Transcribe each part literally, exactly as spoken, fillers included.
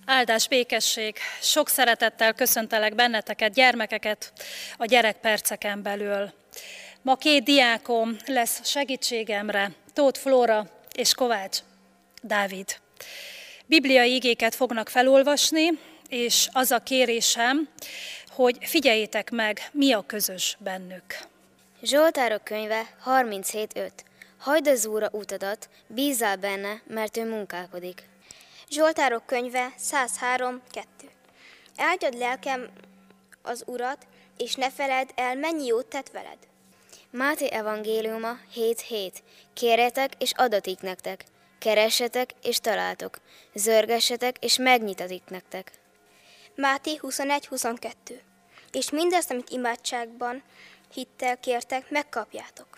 Áldás, békesség, sok szeretettel köszöntelek benneteket, gyermekeket a gyerekperceken belül. Ma két diákom lesz segítségemre, Tóth Flóra és Kovács Dávid. Bibliai igéket fognak felolvasni, és az a kérésem, hogy figyeljétek meg, mi a közös bennük. Zsoltárok könyve harminchét öt. Hagyd az Úrra utadat, bízzál benne, mert ő munkálkodik. Zsoltárok könyve százhárom kettő. Áldjad lelkem az Urat, és ne feledd el, mennyi jót tett veled. Máté evangéliuma hét hét. Kérjetek, és adatik nektek. Keressetek, és találtok. Zörgessetek, és megnyitatik nektek. Máté huszonegy huszonkettő. És mindezt, amit imádságban hittel kértek, megkapjátok.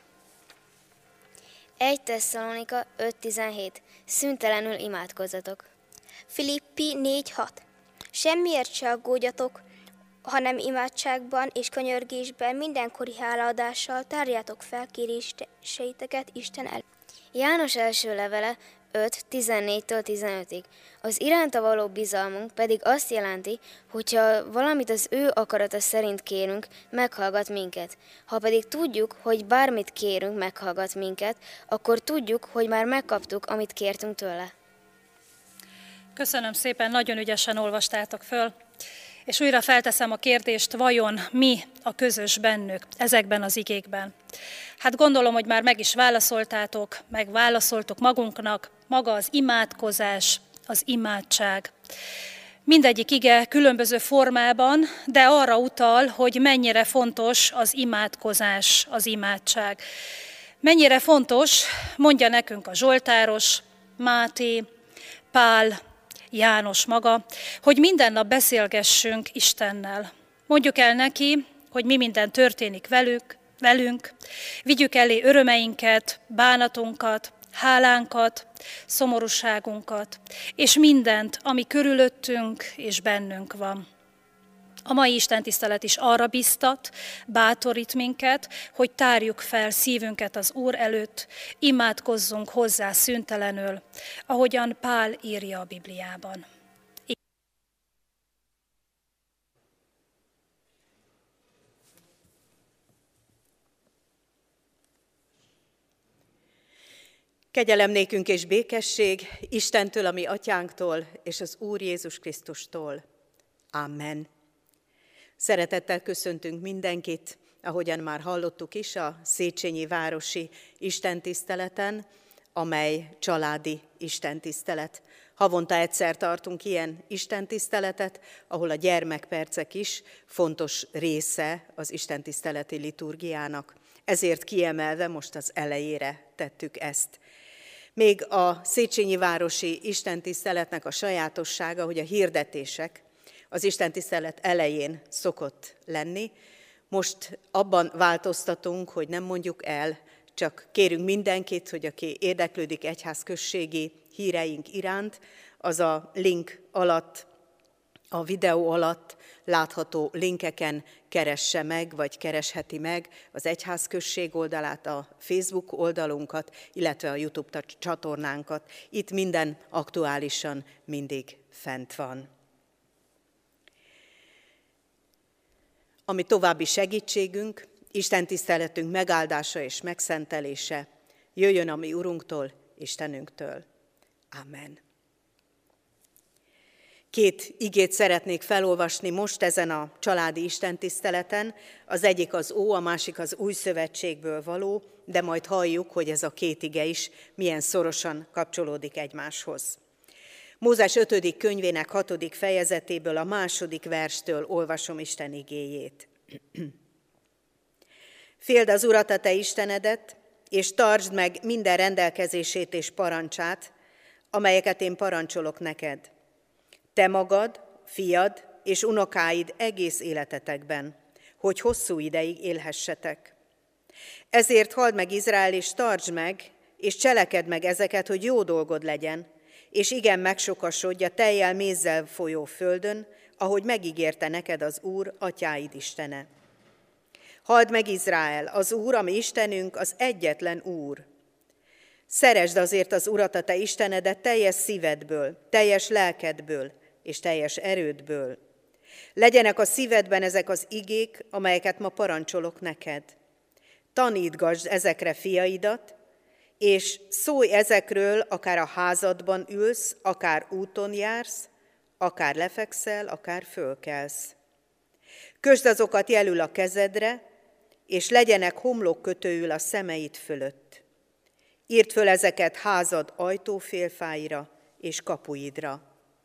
egy Tesszalonika öt tizenhét. Szüntelenül imádkozzatok. Filippi négy hat. Semmiért se aggódjatok, hanem imádságban és könyörgésben mindenkori hálaadással tárjátok fel kéréseiteket Isten elé. János első levele öt tizennégytől tizenötig. Az iránta való bizalmunk pedig azt jelenti, hogyha valamit az ő akarata szerint kérünk, meghallgat minket. Ha pedig tudjuk, hogy bármit kérünk, meghallgat minket, akkor tudjuk, hogy már megkaptuk, amit kértünk tőle. Köszönöm szépen, nagyon ügyesen olvastátok föl, és újra felteszem a kérdést, vajon mi a közös bennük ezekben az igékben? Hát gondolom, hogy már meg is válaszoltátok, meg válaszoltok magunknak, maga az imádkozás, az imádság. Mindegyik ige különböző formában, de arra utal, hogy mennyire fontos az imádkozás, az imádság. Mennyire fontos, mondja nekünk a zsoltáros, Máté, Pál, János maga, hogy minden nap beszélgessünk Istennel. Mondjuk el neki, hogy mi minden történik velük, velünk, vigyük elé örömeinket, bánatunkat, hálánkat, szomorúságunkat, és mindent, ami körülöttünk és bennünk van. A mai istentisztelet is arra biztat, bátorít minket, hogy tárjuk fel szívünket az Úr előtt, imádkozzunk hozzá szüntelenül, ahogyan Pál írja a Bibliában. Kegyelem nékünk és békesség Istentől, a mi atyánktól, és az Úr Jézus Krisztustól. Amen. Szeretettel köszöntünk mindenkit, ahogyan már hallottuk is, a Széchenyi városi istentiszteleten, amely családi istentisztelet. Havonta egyszer tartunk ilyen istentiszteletet, ahol a gyermekpercek is fontos része az istentiszteleti liturgiának. Ezért kiemelve most az elejére tettük ezt. Még a Széchenyi városi istentiszteletnek a sajátossága, hogy a hirdetések az istentisztelet elején szokott lenni. Most abban változtatunk, hogy nem mondjuk el, csak kérünk mindenkit, hogy aki érdeklődik egyházközségi híreink iránt, az a link alatt, a videó alatt látható linkeken keresse meg, vagy keresheti meg az egyházközség oldalát, a Facebook oldalunkat, illetve a YouTube csatornánkat. Itt minden aktuálisan mindig fent van. Ami további segítségünk, istentiszteletünk megáldása és megszentelése jöjjön a mi Urunktól, Istenünktől. Amen. Két igét szeretnék felolvasni most ezen a családi istentiszteleten. Az egyik az Ó, a másik az Új Szövetségből való, de majd halljuk, hogy ez a két ige is milyen szorosan kapcsolódik egymáshoz. Mózes ötödik könyvének hatodik fejezetéből, a második verstől olvasom Isten igéjét. Féld az Urat, a te Istenedet, és tartsd meg minden rendelkezését és parancsát, amelyeket én parancsolok neked. Te magad, fiad és unokáid egész életetekben, hogy hosszú ideig élhessetek. Ezért halld meg, Izrael, és tartsd meg, és cselekedd meg ezeket, hogy jó dolgod legyen, és igen megsokasodj a tejjel mézzel folyó földön, ahogy megígérte neked az Úr, atyáid Istene. Halld meg, Izrael, az Úr, a mi Istenünk, az egyetlen Úr. Szeresd azért az Urat, a te Istenedet teljes szívedből, teljes lelkedből és teljes erődből. Legyenek a szívedben ezek az igék, amelyeket ma parancsolok neked. Tanítgasd ezekre fiaidat, és szólj ezekről, akár a házadban ülsz, akár úton jársz, akár lefekszel, akár fölkelsz. Kösd azokat jelül a kezedre, és legyenek homlokkötőül a szemeid fölött. Írd föl ezeket házad ajtófélfáira és kapuidra.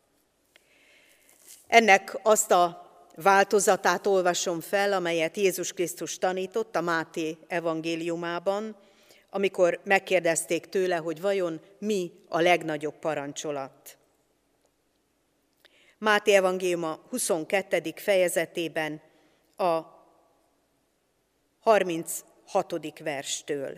Ennek azt a változatát olvasom fel, amelyet Jézus Krisztus tanított a Máté evangéliumában, amikor megkérdezték tőle, hogy vajon mi a legnagyobb parancsolat. Máté evangéliuma huszonkettedik fejezetében a harminchatodik verstől.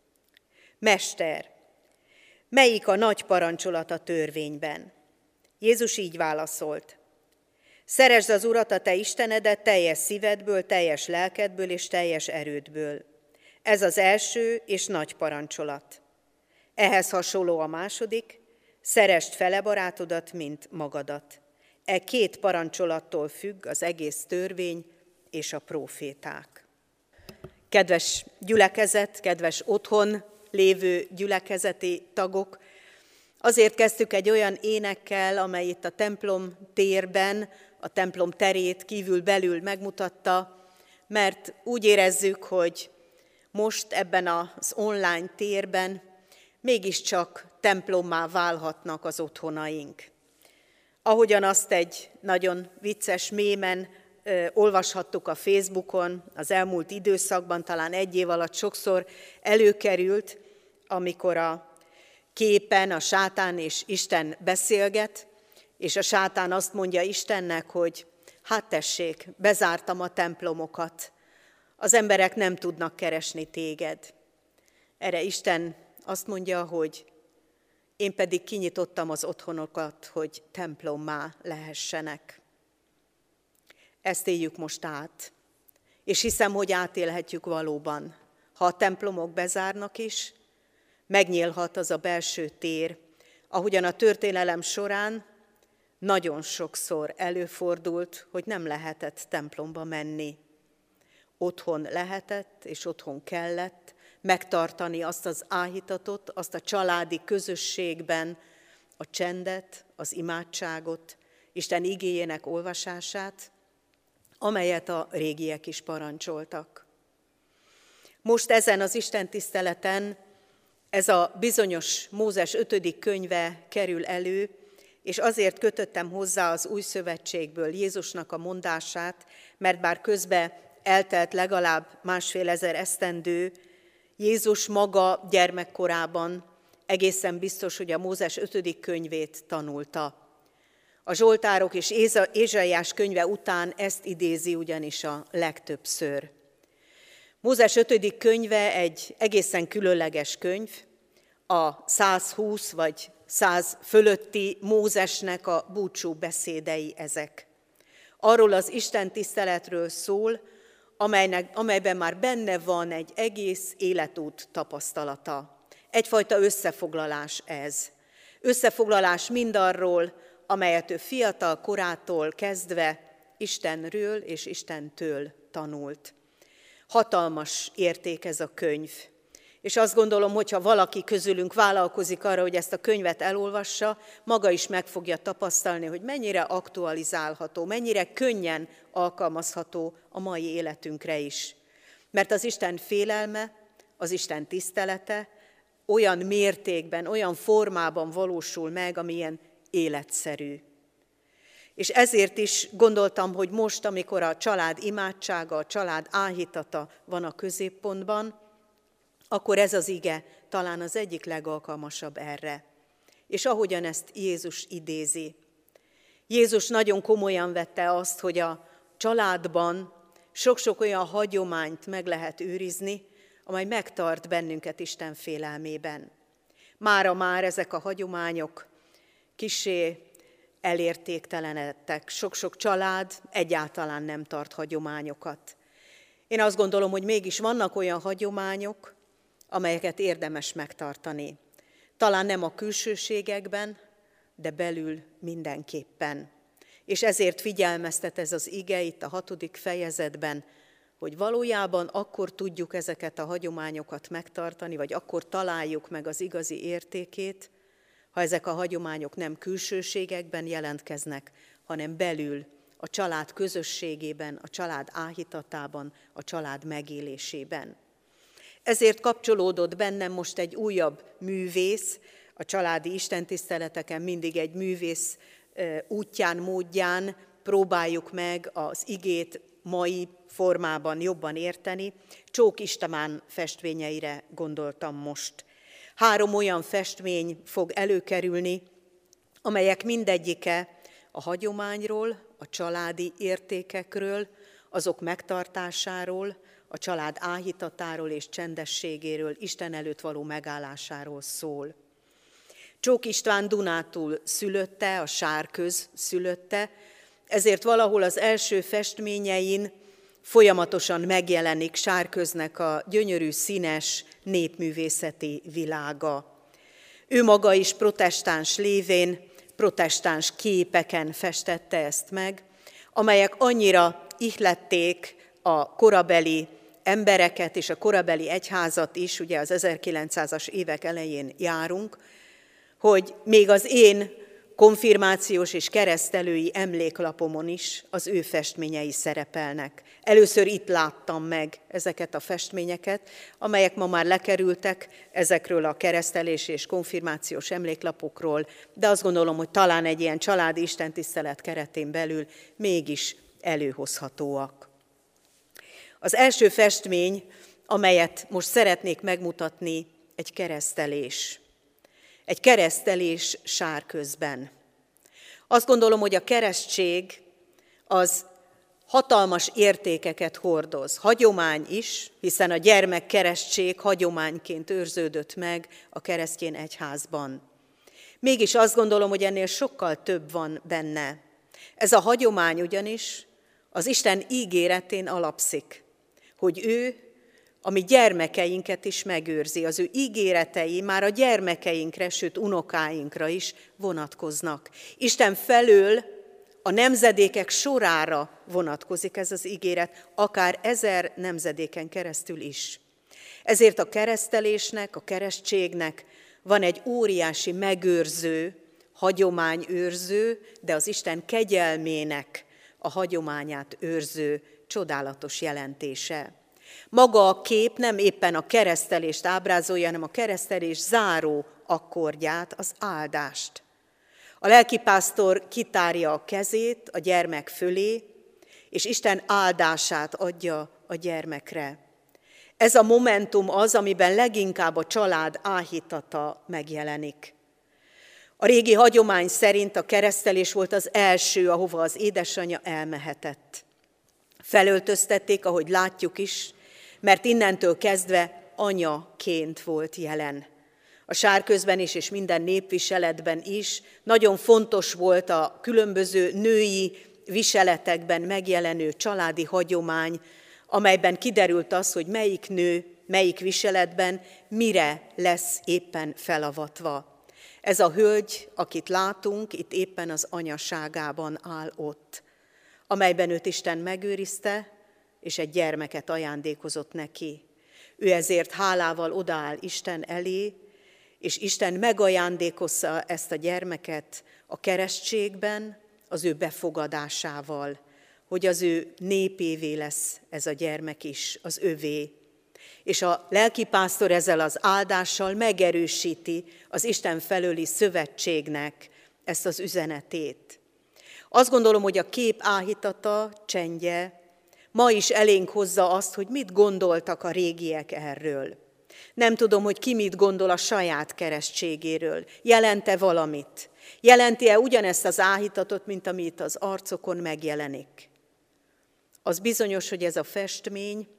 Mester, melyik a nagy parancsolat a törvényben? Jézus így válaszolt. Szeresd az Urat, a te Istenedet teljes szívedből, teljes lelkedből és teljes erődből. Ez az első és nagy parancsolat. Ehhez hasonló a második, szeresd fele barátodat, mint magadat. E két parancsolattól függ az egész törvény és a próféták. Kedves gyülekezet, kedves otthon lévő gyülekezeti tagok, azért kezdtük egy olyan énekkel, amely itt a templom térben, a templom terét kívül belül megmutatta, mert úgy érezzük, hogy most ebben az online térben mégiscsak templommá válhatnak az otthonaink. Ahogyan azt egy nagyon vicces mémen ö, olvashattuk a Facebookon, az elmúlt időszakban, talán egy év alatt sokszor előkerült, amikor a képen a sátán és Isten beszélget, és a sátán azt mondja Istennek, hogy hát tessék, bezártam a templomokat, az emberek nem tudnak keresni téged. Erre Isten azt mondja, hogy én pedig kinyitottam az otthonokat, hogy templommá lehessenek. Ezt éljük most át, és hiszem, hogy átélhetjük valóban. Ha a templomok bezárnak is, megnyílhat az a belső tér, ahogyan a történelem során nagyon sokszor előfordult, hogy nem lehetett templomba menni. Otthon lehetett, és otthon kellett megtartani azt az áhítatot, azt a családi közösségben a csendet, az imádságot, Isten igéjének olvasását, amelyet a régiek is parancsoltak. Most ezen az Isten tiszteleten ez a bizonyos Mózes ötödik könyve kerül elő, és azért kötöttem hozzá az új szövetségből Jézusnak a mondását, mert bár közben eltelt legalább másfél ezer esztendő, Jézus maga gyermekkorában egészen biztos, hogy a Mózes ötödik könyvét tanulta. A Zsoltárok és Ézsaiás könyve után ezt idézi ugyanis a legtöbbször. Mózes ötödik könyve egy egészen különleges könyv, a százhúsz vagy száz fölötti Mózesnek a búcsú beszédei ezek. Arról az Isten tiszteletről szól, amelynek, amelyben már benne van egy egész életút tapasztalata. Egyfajta összefoglalás ez. Összefoglalás mindarról, amelyet ő fiatal korától kezdve Istenről és Istentől tanult. Hatalmas érték ez a könyv. És azt gondolom, hogyha valaki közülünk vállalkozik arra, hogy ezt a könyvet elolvassa, maga is meg fogja tapasztalni, hogy mennyire aktualizálható, mennyire könnyen alkalmazható a mai életünkre is. Mert az Isten félelme, az Isten tisztelete olyan mértékben, olyan formában valósul meg, amilyen életszerű. És ezért is gondoltam, hogy most, amikor a család imádsága, a család áhítata van a középpontban, akkor ez az ige talán az egyik legalkalmasabb erre. És ahogyan ezt Jézus idézi. Jézus nagyon komolyan vette azt, hogy a családban sok-sok olyan hagyományt meg lehet őrizni, amely megtart bennünket Isten félelmében. Mára már ezek a hagyományok kissé elértéktelenedtek. Sok-sok család egyáltalán nem tart hagyományokat. Én azt gondolom, hogy mégis vannak olyan hagyományok, amelyeket érdemes megtartani. Talán nem a külsőségekben, de belül mindenképpen. és ezért figyelmeztet ez az ige itt a hatodik fejezetben, hogy valójában akkor tudjuk ezeket a hagyományokat megtartani, vagy akkor találjuk meg az igazi értékét, ha ezek a hagyományok nem külsőségekben jelentkeznek, hanem belül, a család közösségében, a család áhítatában, a család megélésében. Ezért kapcsolódott bennem most egy újabb művész, a családi istentiszteleteken mindig egy művész útján, módján próbáljuk meg az igét mai formában jobban érteni. Csók István festményeire gondoltam most. Három olyan festmény fog előkerülni, amelyek mindegyike a hagyományról, a családi értékekről, azok megtartásáról, a család áhítatáról és csendességéről, Isten előtt való megállásáról szól. Csók István Dunától szülötte, a Sárköz szülötte, ezért valahol az első festményein folyamatosan megjelenik Sárköznek a gyönyörű, színes népművészeti világa. Ő maga is protestáns lévén, protestáns képeken festette ezt meg, amelyek annyira ihlették a korabeli embereket és a korabeli egyházat is, ugye az ezerkilencszázas évek elején járunk, hogy még az én konfirmációs és keresztelői emléklapomon is az ő festményei szerepelnek. Először itt láttam meg ezeket a festményeket, amelyek ma már lekerültek ezekről a keresztelés és konfirmációs emléklapokról, de azt gondolom, hogy talán egy ilyen családi istentisztelet keretén belül mégis előhozhatóak. Az első festmény, amelyet most szeretnék megmutatni, egy keresztelés. Egy keresztelés Sárközben. Azt gondolom, hogy a keresztség az hatalmas értékeket hordoz. Hagyomány is, hiszen a gyermek keresztség hagyományként őrződött meg a keresztény egyházban. Mégis azt gondolom, hogy ennél sokkal több van benne. Ez a hagyomány ugyanis az Isten ígéretén alapszik, hogy ő a mi gyermekeinket is megőrzi. Az ő ígéretei már a gyermekeinkre, sőt unokáinkra is vonatkoznak. Isten felől a nemzedékek sorára vonatkozik ez az ígéret, akár ezer nemzedéken keresztül is. Ezért a keresztelésnek, a keresztségnek van egy óriási megőrző, hagyományőrző, de az Isten kegyelmének a hagyományát őrző csodálatos jelentése. Maga a kép nem éppen a keresztelést ábrázolja, hanem a keresztelés záró akkordját, az áldást. A lelkipásztor kitárja a kezét a gyermek fölé, és Isten áldását adja a gyermekre. Ez a momentum az, amiben leginkább a család áhítata megjelenik. A régi hagyomány szerint a keresztelés volt az első, ahova az édesanyja elmehetett. Felöltöztették, ahogy látjuk is, mert innentől kezdve anyaként volt jelen. A Sárközben is, és minden népviseletben is nagyon fontos volt a különböző női viseletekben megjelenő családi hagyomány, amelyben kiderült az, hogy melyik nő, melyik viseletben mire lesz éppen felavatva. Ez a hölgy, akit látunk, itt éppen az anyaságában áll ott, amelyben őt Isten megőrizte, és egy gyermeket ajándékozott neki. Ő ezért hálával odaáll Isten elé, és Isten megajándékozza ezt a gyermeket a keresztségben, az ő befogadásával, hogy az ő népévé lesz ez a gyermek is, az övé. És a lelkipásztor ezzel az áldással megerősíti az Isten felőli szövetségnek ezt az üzenetét. Azt gondolom, hogy a kép áhítata, csendje ma is elénk hozza azt, hogy mit gondoltak a régiek erről. Nem tudom, hogy ki mit gondol a saját keresztségéről. Jelent-e valamit? Jelenti-e ugyanezt az áhítatot, mint ami itt az arcokon megjelenik? Az bizonyos, hogy ez a festmény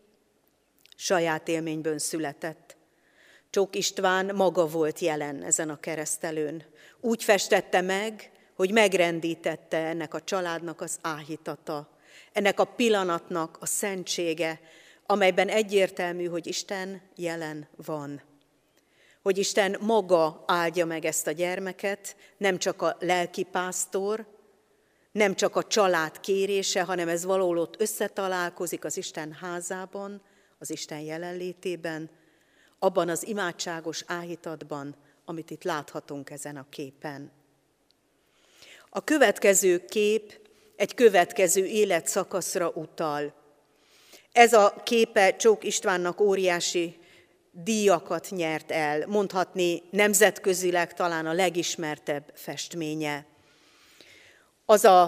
saját élményből született. Csók István maga volt jelen ezen a keresztelőn. Úgy festette meg, hogy megrendítette ennek a családnak az áhítata, ennek a pillanatnak a szentsége, amelyben egyértelmű, hogy Isten jelen van. Hogy Isten maga áldja meg ezt a gyermeket, nem csak a lelkipásztor, nem csak a család kérése, hanem ez valahol ott összetalálkozik az Isten házában, az Isten jelenlétében, abban az imádságos áhítatban, amit itt láthatunk ezen a képen. A következő kép egy következő életszakaszra utal. Ez a képe Csók Istvánnak óriási díjakat nyert el, mondhatni nemzetközileg talán a legismertebb festménye. Az a,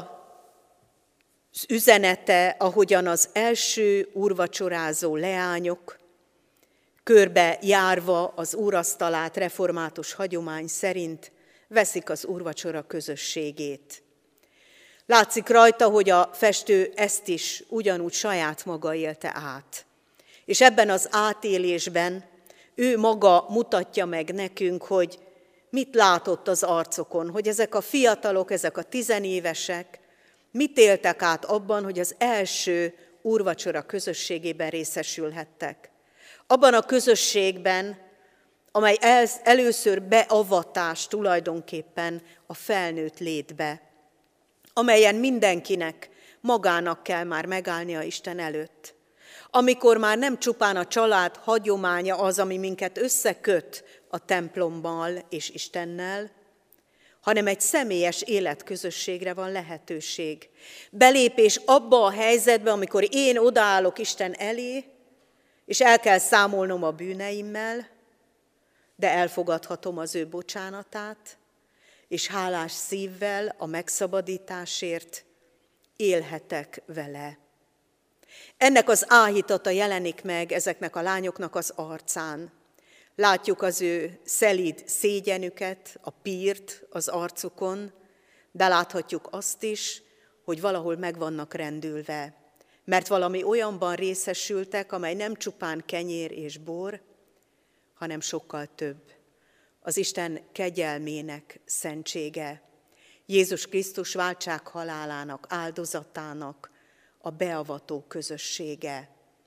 az üzenete, ahogyan az első úrvacsorázó leányok körbe járva az úrasztalát református hagyomány szerint veszik az úrvacsora közösségét. Látszik rajta, hogy a festő ezt is ugyanúgy saját maga élte át. És ebben az átélésben ő maga mutatja meg nekünk, hogy mit látott az arcokon, hogy ezek a fiatalok, ezek a tizenévesek mit éltek át abban, hogy az első úrvacsora közösségében részesülhettek. Abban a közösségben, amely először beavatás tulajdonképpen a felnőtt létbe, amelyen mindenkinek magának kell már megállnia Isten előtt. Amikor már nem csupán a család hagyománya az, ami minket összeköt a templommal és Istennel, hanem egy személyes életközösségre van lehetőség. Belépés abba a helyzetbe, amikor én odaállok Isten elé, és el kell számolnom a bűneimmel, de elfogadhatom az ő bocsánatát, és hálás szívvel a megszabadításért élhetek vele. Ennek az áhítata jelenik meg ezeknek a lányoknak az arcán. Látjuk az ő szelíd szégyenüket, a pírt az arcukon, de láthatjuk azt is, hogy valahol meg vannak rendülve, mert valami olyanban részesültek, amely nem csupán kenyér és bor, hanem sokkal több. Az Isten kegyelmének szentsége, Jézus Krisztus váltság halálának, áldozatának a beavató közössége.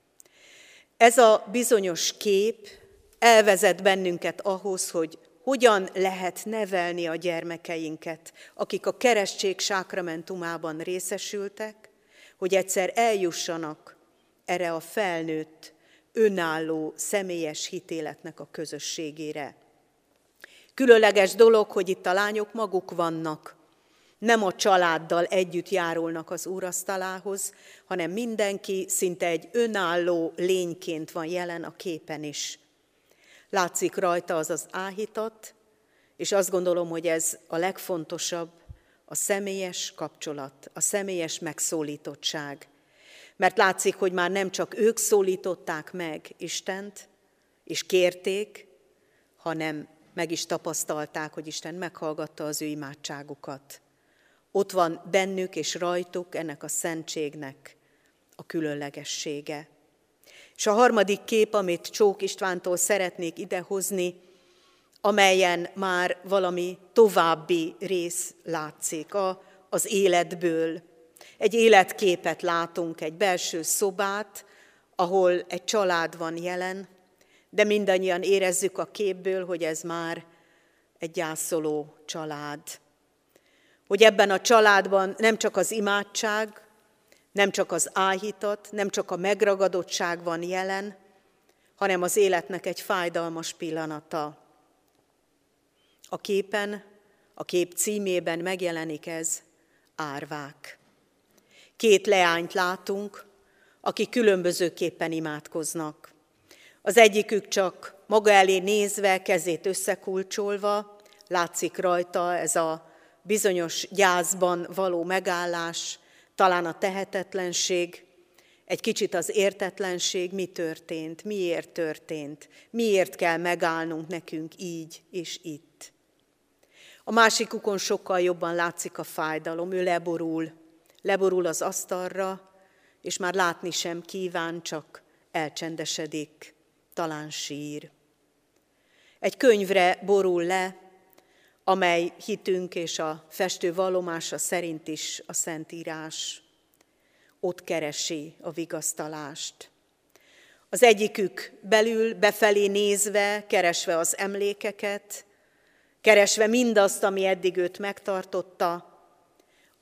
Ez a bizonyos kép elvezet bennünket ahhoz, hogy hogyan lehet nevelni a gyermekeinket, akik a keresztség sákramentumában részesültek, hogy egyszer eljussanak erre a felnőtt, önálló, személyes hitéletnek a közösségére. Különleges dolog, hogy itt a lányok maguk vannak, nem a családdal együtt járulnak az úrasztalához, hanem mindenki szinte egy önálló lényként van jelen a képen is. Látszik rajta az az áhítat, és azt gondolom, hogy ez a legfontosabb, a személyes kapcsolat, a személyes megszólítottság. Mert látszik, hogy már nem csak ők szólították meg Istent, és kérték, hanem meg is tapasztalták, hogy Isten meghallgatta az ő imádságukat. Ott van bennük és rajtuk ennek a szentségnek a különlegessége. És a harmadik kép, amit Csók Istvántól szeretnék idehozni, amelyen már valami további rész látszik a, az életből. Egy életképet látunk, egy belső szobát, ahol egy család van jelen, de mindannyian érezzük a képből, hogy ez már egy gyászoló család. Hogy ebben a családban nem csak az imádság, nem csak az áhítat, nem csak a megragadottság van jelen, hanem az életnek egy fájdalmas pillanata. A képen, a kép címében megjelenik ez, árvák. Két leányt látunk, akik különbözőképpen imádkoznak. Az egyikük csak maga elé nézve, kezét összekulcsolva, látszik rajta ez a bizonyos gyászban való megállás, talán a tehetetlenség, egy kicsit az értetlenség, mi történt, miért történt, miért kell megállnunk nekünk így és itt. A másikukon sokkal jobban látszik a fájdalom, ő leborul, leborul az asztalra, és már látni sem kíván, csak elcsendesedik, talán sír. Egy könyvre borul le, amely hitünk és a festő vallomása szerint is a Szentírás. Ott keresi a vigasztalást. Az egyikük belül, befelé nézve, keresve az emlékeket, keresve mindazt, ami eddig őt megtartotta,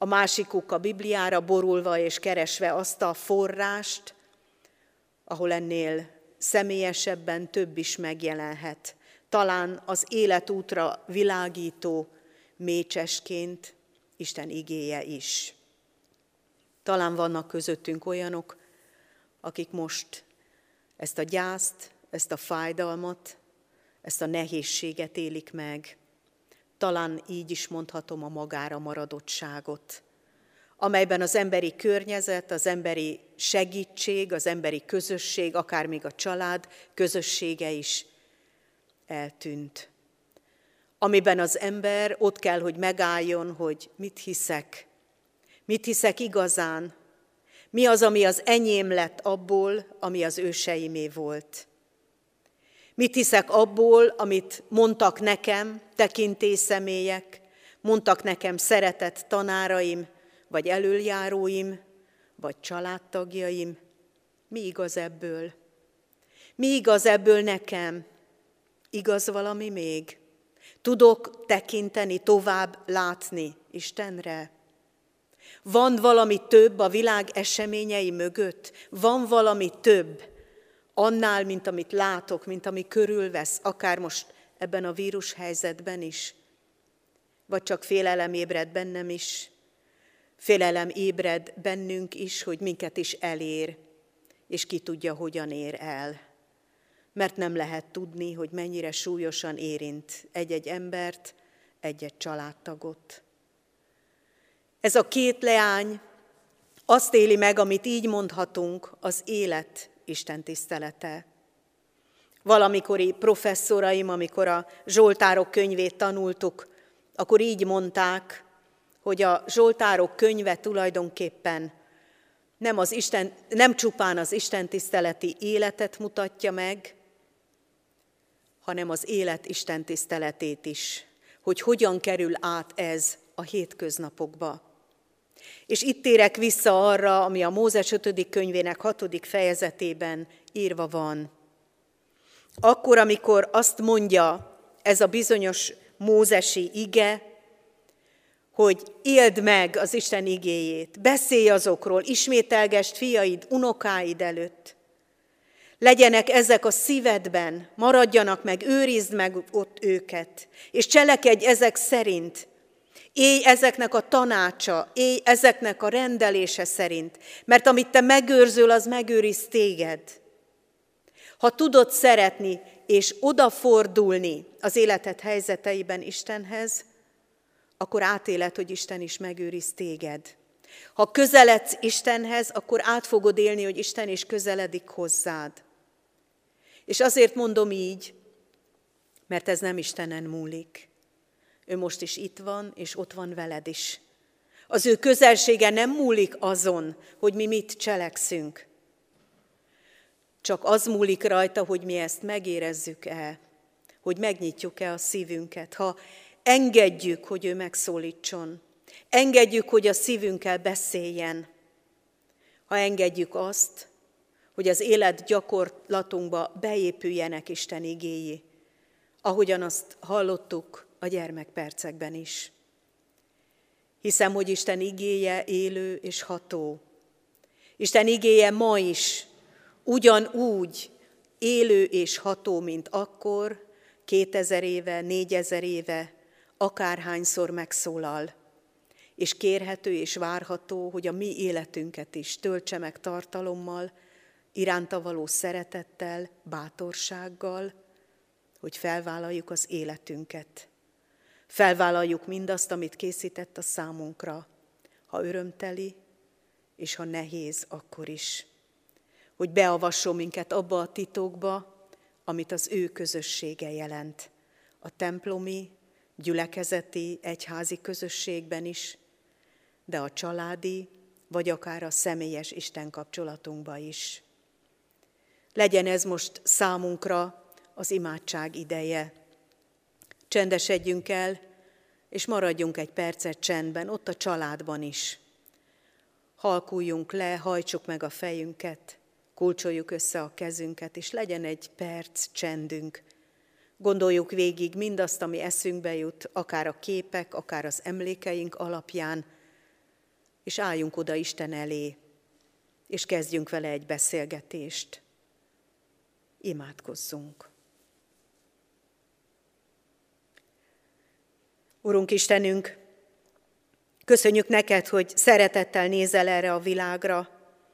a másikuk a Bibliára borulva és keresve azt a forrást, ahol ennél személyesebben több is megjelenhet. Talán az életútra világító mécsesként Isten igéje is. Talán vannak közöttünk olyanok, akik most ezt a gyászt, ezt a fájdalmat, ezt a nehézséget élik meg. Talán így is mondhatom a magára maradottságot, amelyben az emberi környezet, az emberi segítség, az emberi közösség, akár még a család közössége is eltűnt. Amiben az ember ott kell, hogy megálljon, hogy mit hiszek, mit hiszek igazán, mi az, ami az enyém lett abból, ami az őseimé volt. Mit hiszek abból, amit mondtak nekem tekintélyszemélyek, mondtak nekem szeretett tanáraim, vagy elöljáróim, vagy családtagjaim. Mi igaz ebből? Mi igaz ebből nekem? Igaz valami még? Tudok tekinteni, tovább látni Istenre? Van valami több a világ eseményei mögött? Van valami több annál, mint amit látok, mint ami körülvesz, akár most ebben a vírushelyzetben is? Vagy csak félelem ébred bennem is? Félelem ébred bennünk is, hogy minket is elér, és ki tudja, hogyan ér el. Mert nem lehet tudni, hogy mennyire súlyosan érint egy-egy embert, egy-egy családtagot. Ez a két leány azt éli meg, amit így mondhatunk, az élet istentisztelete. Valamikori professzoraim, amikor a Zsoltárok könyvét tanultuk, akkor így mondták, hogy a Zsoltárok könyve tulajdonképpen nem, az Isten, nem csupán az istentiszteleti életet mutatja meg, hanem az élet istentiszteletét is, hogy hogyan kerül át ez a hétköznapokba. És itt térek vissza arra, ami a Mózes ötödik könyvének hatodik fejezetében írva van. Akkor, amikor azt mondja ez a bizonyos mózesi ige, hogy éld meg az Isten igéjét, beszélj azokról, ismételgesd fiaid, unokáid előtt. Legyenek ezek a szívedben, maradjanak meg, őrizd meg ott őket, és cselekedj ezek szerint. Élj ezeknek a tanácsa, élj ezeknek a rendelése szerint, mert amit te megőrzöl, az megőriz téged. Ha tudod szeretni és odafordulni az életed helyzeteiben Istenhez, akkor átéled, hogy Isten is megőriz téged. Ha közeledsz Istenhez, akkor át fogod élni, hogy Isten is közeledik hozzád. És azért mondom így, mert ez nem Istenen múlik. Ő most is itt van, és ott van veled is. Az ő közelsége nem múlik azon, hogy mi mit cselekszünk. Csak az múlik rajta, hogy mi ezt megérezzük-e, hogy megnyitjuk-e a szívünket. Ha engedjük, hogy ő megszólítson, engedjük, hogy a szívünkkel beszéljen, ha engedjük azt, hogy az élet gyakorlatunkba beépüljenek Isten igéi, ahogyan azt hallottuk a gyermekpercekben is. Hiszem, hogy Isten igéje élő és ható. Isten igéje ma is ugyanúgy élő és ható, mint akkor, kétezer éve, négyezer éve, akárhányszor megszólal. És kérhető és várható, hogy a mi életünket is töltse meg tartalommal, iránta való szeretettel, bátorsággal, hogy felvállaljuk az életünket. Felvállaljuk mindazt, amit készített a számunkra, ha örömteli, és ha nehéz, akkor is. Hogy beavasson minket abba a titokba, amit az ő közössége jelent. A templomi, gyülekezeti, egyházi közösségben is, de a családi, vagy akár a személyes Isten kapcsolatunkban is. Legyen ez most számunkra az imádság ideje. Csendesedjünk el, és maradjunk egy percet csendben, ott a családban is. Halkuljunk le, hajtsuk meg a fejünket, kulcsoljuk össze a kezünket, és legyen egy perc csendünk. Gondoljuk végig mindazt, ami eszünkbe jut, akár a képek, akár az emlékeink alapján, és álljunk oda Isten elé, és kezdjünk vele egy beszélgetést. Imádkozzunk. Urunk Istenünk, köszönjük neked, hogy szeretettel nézel erre a világra,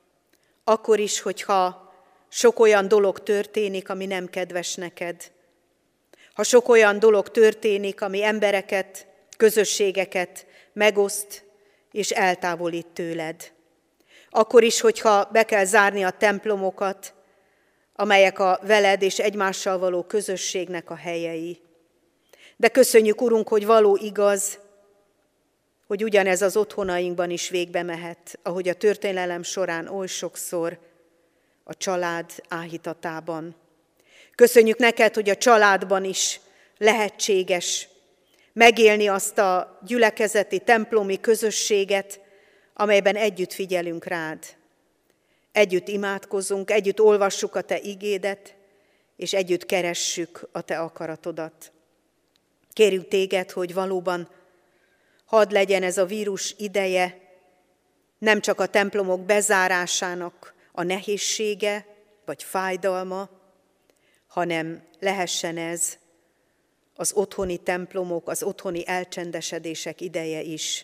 akkor is, hogyha sok olyan dolog történik, ami nem kedves neked. Ha sok olyan dolog történik, ami embereket, közösségeket megoszt és eltávolít tőled. Akkor is, hogyha be kell zárni a templomokat, amelyek a veled és egymással való közösségnek a helyei. De köszönjük, Urunk, hogy való igaz, hogy ugyanez az otthonainkban is végbe mehet, ahogy a történelem során oly sokszor a család áhítatában. Köszönjük neked, hogy a családban is lehetséges megélni azt a gyülekezeti, templomi közösséget, amelyben együtt figyelünk rád. Együtt imádkozunk, együtt olvassuk a te igédet, és együtt keressük a te akaratodat. Kérjük téged, hogy valóban hadd legyen ez a vírus ideje nem csak a templomok bezárásának a nehézsége vagy fájdalma, hanem lehessen ez az otthoni templomok, az otthoni elcsendesedések ideje is,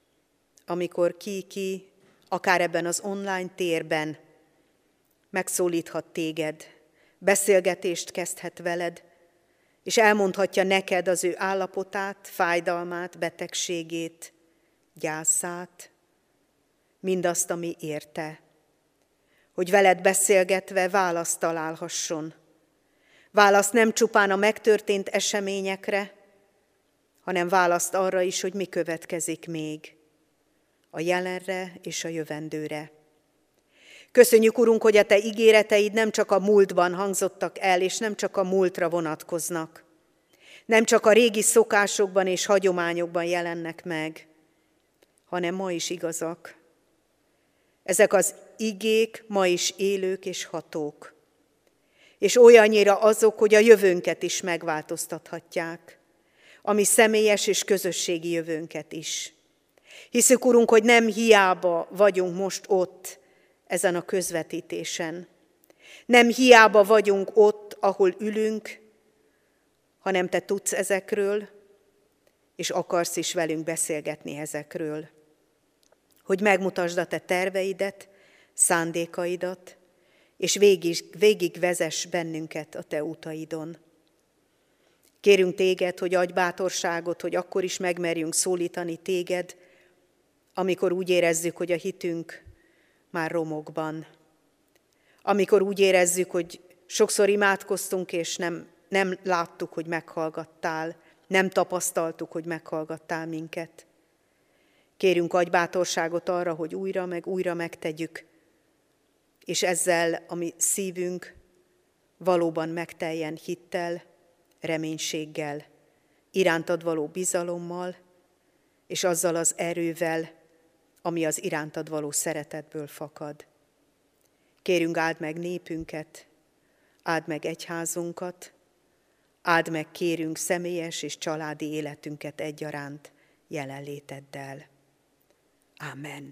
amikor ki-ki, akár ebben az online térben megszólíthat téged, beszélgetést kezdhet veled, és elmondhatja neked az ő állapotát, fájdalmát, betegségét, gyászát, mindazt, ami érte, hogy veled beszélgetve választ találhasson. Választ nem csupán a megtörtént eseményekre, hanem választ arra is, hogy mi következik még, a jelenre és a jövendőre. Köszönjük, Urunk, hogy a te ígéreteid nem csak a múltban hangzottak el, és nem csak a múltra vonatkoznak. Nem csak a régi szokásokban és hagyományokban jelennek meg, hanem ma is igazak. Ezek az igék ma is élők és hatók, és olyannyira azok, hogy a jövőnket is megváltoztathatják, a mi személyes és közösségi jövőnket is. Hiszük, Urunk, hogy nem hiába vagyunk most ott ezen a közvetítésen. Nem hiába vagyunk ott, ahol ülünk, hanem te tudsz ezekről, és akarsz is velünk beszélgetni ezekről. Hogy megmutasd a te terveidet, szándékaidat, és végig, végig vezess bennünket a te utaidon. Kérünk téged, hogy adj bátorságot, hogy akkor is megmerjünk szólítani téged, amikor úgy érezzük, hogy a hitünk már romokban. Amikor úgy érezzük, hogy sokszor imádkoztunk, és nem, nem láttuk, hogy meghallgattál, nem tapasztaltuk, hogy meghallgattál minket. Kérünk, adj bátorságot arra, hogy újra meg újra megtegyük, és ezzel a mi szívünk valóban megteljen hittel, reménységgel, irántad való bizalommal, és azzal az erővel, ami az irántad való szeretetből fakad. Kérünk, áld meg népünket, áld meg egyházunkat, áld meg, kérünk, személyes és családi életünket egyaránt jelenléteddel. Ámen.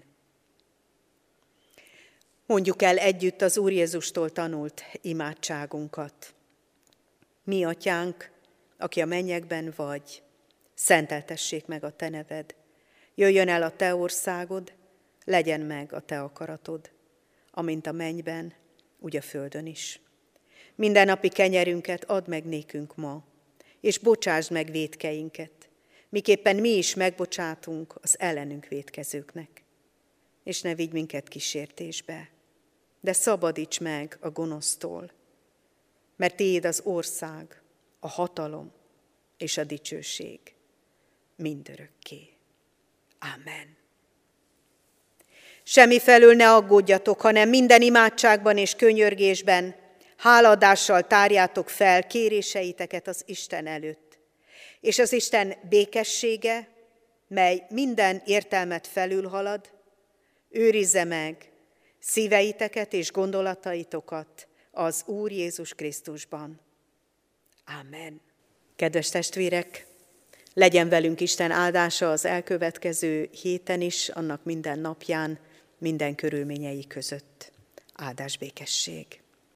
Mondjuk el együtt az Úr Jézustól tanult imádságunkat. Mi, Atyánk, aki a mennyekben vagy, szenteltessék meg a te neved. Jöjjön el a te országod, legyen meg a te akaratod, amint a mennyben, úgy a földön is. Mindennapi kenyerünket add meg nékünk ma, és bocsásd meg vétkeinket, miképpen mi is megbocsátunk az ellenünk vétkezőknek. És ne vigy minket kísértésbe, de szabadíts meg a gonosztól, mert tiéd az ország, a hatalom és a dicsőség mindörökké. Ámen. Semmifelől ne aggódjatok, hanem minden imádságban és könyörgésben háladással tárjátok fel kéréseiteket az Isten előtt. És az Isten békessége, mely minden értelmet felülhalad, őrizze meg szíveiteket és gondolataitokat az Úr Jézus Krisztusban. Ámen. Kedves testvérek, Legyen velünk Isten áldása az elkövetkező héten is, annak minden napján, minden körülményei között. Áldás békesség!